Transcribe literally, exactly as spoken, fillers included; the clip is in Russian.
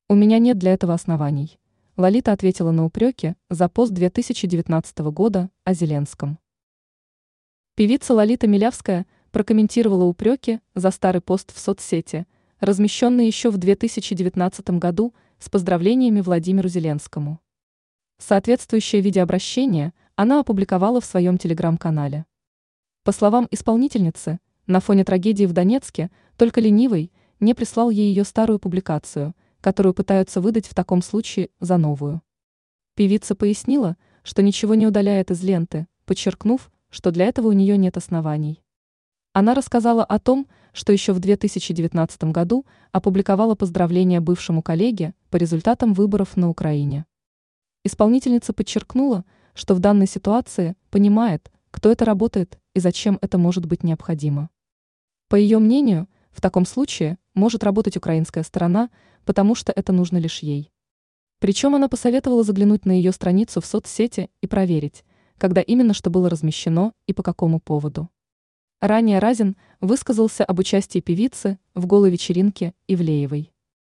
У меня нет для этого оснований. Лолита ответила на упреки за пост две тысячи девятнадцатого года о Зеленском. Певица Лолита Милявская прокомментировала упреки за старый пост в соцсети, размещенный еще в две тысячи девятнадцатом году с поздравлениями Владимиру Зеленскому. Соответствующее видеообращение она опубликовала в своем телеграм-канале. По словам исполнительницы, на фоне трагедии в Донецке только ленивый не прислал ей ее старую публикацию, которую пытаются выдать в таком случае за новую. Певица пояснила, что ничего не удаляет из ленты, подчеркнув, что для этого у нее нет оснований. Она рассказала о том, что еще в две тысячи девятнадцатом году опубликовала поздравления бывшему коллеге по результатам выборов на Украине. Исполнительница подчеркнула, что в данной ситуации понимает, кто это работает и зачем это может быть необходимо. По ее мнению, в таком случае может работать украинская сторона, потому что это нужно лишь ей. Причем она посоветовала заглянуть на ее страницу в соцсети и проверить, когда именно что было размещено и по какому поводу. Ранее Разин высказался об участии певицы в голой вечеринке Ивлеевой.